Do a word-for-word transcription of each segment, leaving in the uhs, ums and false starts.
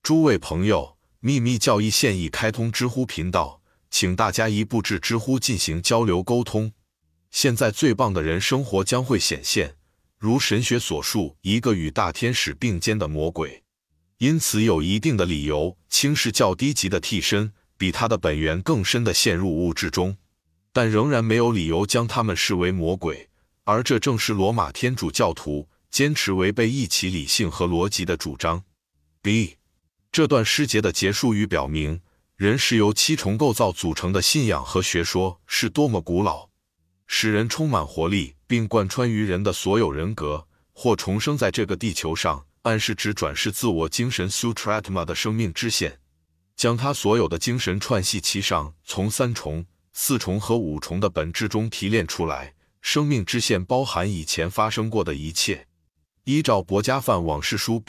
诸位朋友，秘密教义现已开通知乎频道，请大家一步至知乎进行交流沟通。现在最棒的人生活将会显现，如神学所述，一个与大天使并肩的魔鬼。因此有一定的理由轻视较低级的替身，比他的本源更深地陷入物质中，但仍然没有理由将他们视为魔鬼，而这正是罗马天主教徒坚持违背一起理性和逻辑的主张。B. 这段诗节的结束语表明，人是由七重构造组成的信仰和学说是多么古老，使人充满活力，并贯穿于人的所有人格，或重生在这个地球上，暗示指转世自我精神 Sutratma 的生命支线，将他所有的精神串系其上，从三重、四重和五重的本质中提炼出来。生命支线包含以前发生过的一切。依照伯家范往事书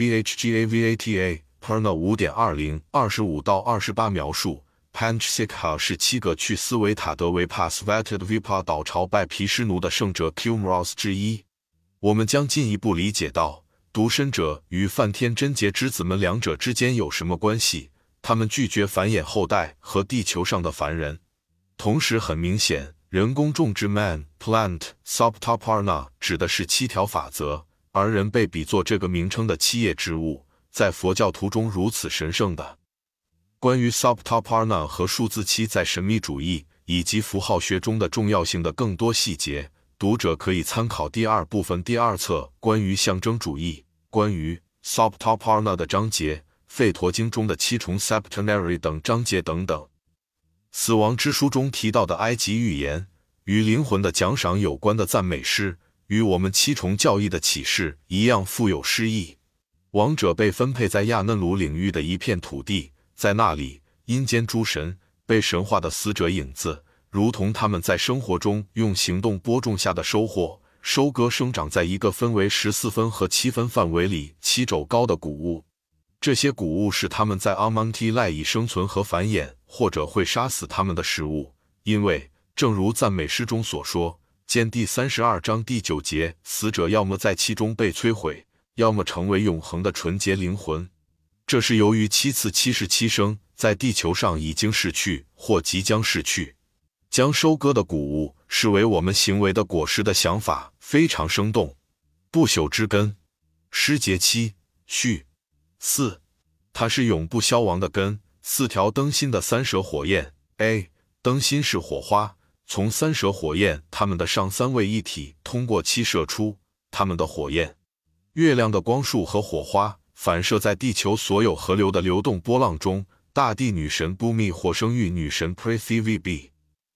Bhgavata Perna 五点二零 二十五到二十八描述 Panchsikha 是七个去斯维塔德维帕 Svatadvipa 岛朝拜毗湿奴的圣者 Kumras 之一。我们将进一步理解到独身者与梵天真节之子们两者之间有什么关系，他们拒绝繁衍后代和地球上的凡人。同时很明显，人工种植 Man Plant Saptaparna 指的是七条法则，而人被比作这个名称的七叶植物，在佛教徒中如此神圣的。关于 Saptaparna 和数字七在神秘主义以及符号学中的重要性的更多细节，读者可以参考第二部分第二册关于象征主义、关于 Saptaparna 的章节、吠陀经中的七重 Septenary 等章节等等。死亡之书中提到的埃及预言，与灵魂的奖赏有关的赞美诗，与我们七重教义的启示一样富有诗意。亡者被分配在亚嫩鲁领域的一片土地，在那里，阴间诸神被神化的死者影子，如同他们在生活中用行动播种下的收获，收割生长在一个分为十四分和七分范围里七肘高的谷物。这些谷物是他们在阿曼提赖以生存和繁衍，或者会杀死他们的食物，因为正如赞美诗中所说，见第三十二章第九节，死者要么在其中被摧毁，要么成为永恒的纯洁灵魂。这是由于七次七十七生在地球上已经逝去或即将逝去。将收割的谷物视为我们行为的果实的想法非常生动。不朽之根，诗节七序四，它是永不消亡的根。四条灯芯的三蛇火焰 A 灯芯是火花，从三蛇火焰它们的上三位一体通过七射出，它们的火焰。月亮的光束和火花反射在地球所有河流的流动波浪中。大地女神 Bhumi 或生育女神 Prithvi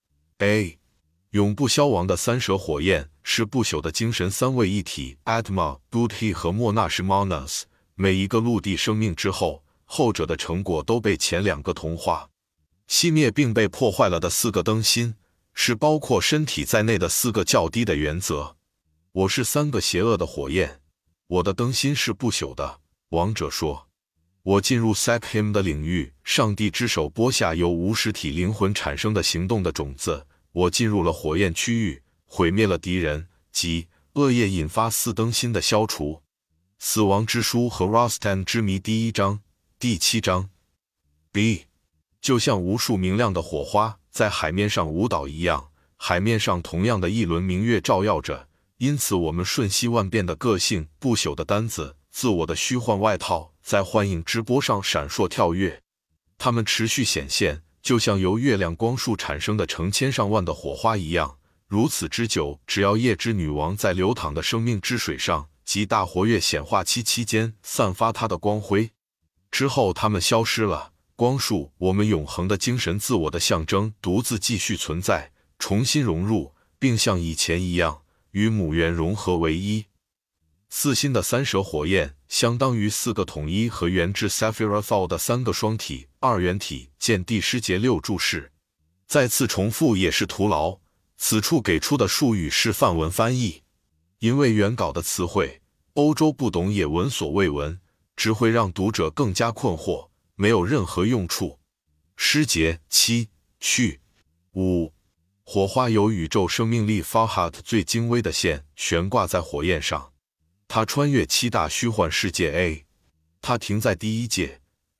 A 永不消亡的三蛇火焰是不朽的精神三位一体 Atma、Buddhi 和莫那是 Manas。每一个陆地生命之后，后者的成果都被前两个同化、熄灭并被破坏了的四个灯芯，是包括身体在内的四个较低的原则。我是三个邪恶的火焰，我的灯芯是不朽的。王者说，我进入 Sakhim 的领域，上帝之手播下由无实体灵魂产生的行动的种子。我进入了火焰区域，毁灭了敌人，即恶业引发四灯芯的消除。死亡之书和 Rostan 之谜第一章、第七章。B 就像无数明亮的火花在海面上舞蹈一样，海面上同样的一轮明月照耀着，因此我们瞬息万变的个性、不朽的单子、自我的虚幻外套在幻影之波上闪烁跳跃，它们持续显现，就像由月亮光束产生的成千上万的火花一样，如此之久，只要夜之女王在流淌的生命之水上及大活跃显化期期间散发它的光辉，之后它们消失了。光束，我们永恒的精神自我的象征，独自继续存在，重新融入，并像以前一样与母源融合为一。四心的三蛇火焰相当于四个统一和源自 Sephiroth 的三个双体二元体，见第诗节六注释。再次重复也是徒劳，此处给出的术语是梵文翻译，因为原稿的词汇欧洲不懂也闻所未闻，只会让读者更加困惑，没有任何用处。诗节七序五，火花由宇宙生命力 Farhat 最精微的线悬挂在火焰上，它穿越七大虚幻世界 A， 它停在第一界，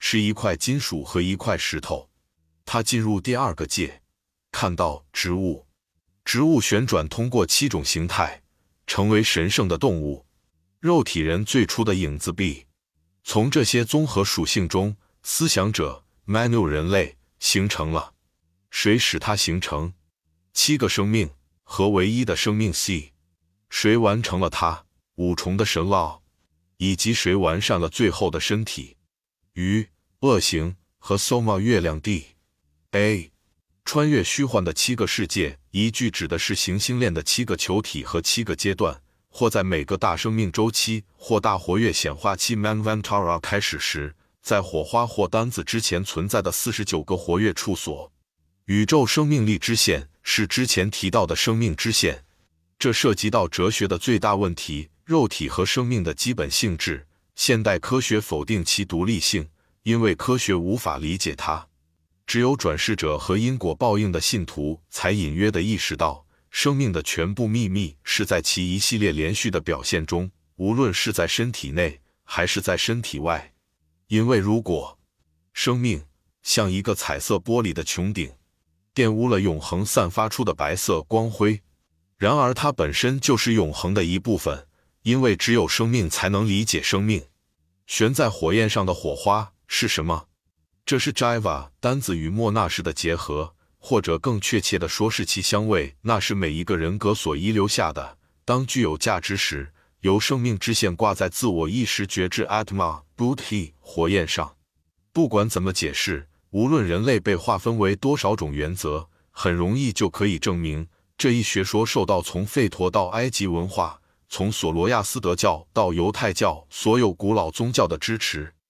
是一块金属和一块石头。他进入第二个界，看到植物。植物旋转通过七种形态，成为神圣的动物。肉体人最初的影子 B， 从这些综合属性中，思想者 Manu 人类形成了。谁使它形成？七个生命和唯一的生命 C。谁完成了它？五重的神烙，以及谁完善了最后的身体？鱼、恶行和 Soma 月亮 D。A 穿越虚幻的七个世界，一句指的是行星链的七个球体和七个阶段，或在每个大生命周期或大活跃显化期 Manvantara 开始时，在火花或单子之前存在的四十九个活跃处所。宇宙生命力支线是之前提到的生命支线，这涉及到哲学的最大问题：肉体和生命的基本性质。现代科学否定其独立性，因为科学无法理解它。只有转世者和因果报应的信徒才隐约地意识到，生命的全部秘密是在其一系列连续的表现中，无论是在身体内还是在身体外。因为如果生命像一个彩色玻璃的穹顶，玷污了永恒散发出的白色光辉，然而它本身就是永恒的一部分，因为只有生命才能理解生命。悬在火焰上的火花是什么？这是 Jiva 单子与莫那什的结合，或者更确切地说是其香味，那是每一个人格所遗留下的。当具有价值时，由生命之线挂在自我意识觉知 Atma Buddhi 火焰上。不管怎么解释，无论人类被划分为多少种原则，很容易就可以证明，这一学说受到从吠陀到埃及文化，从索罗亚斯德教到犹太教所有古老宗教的支持。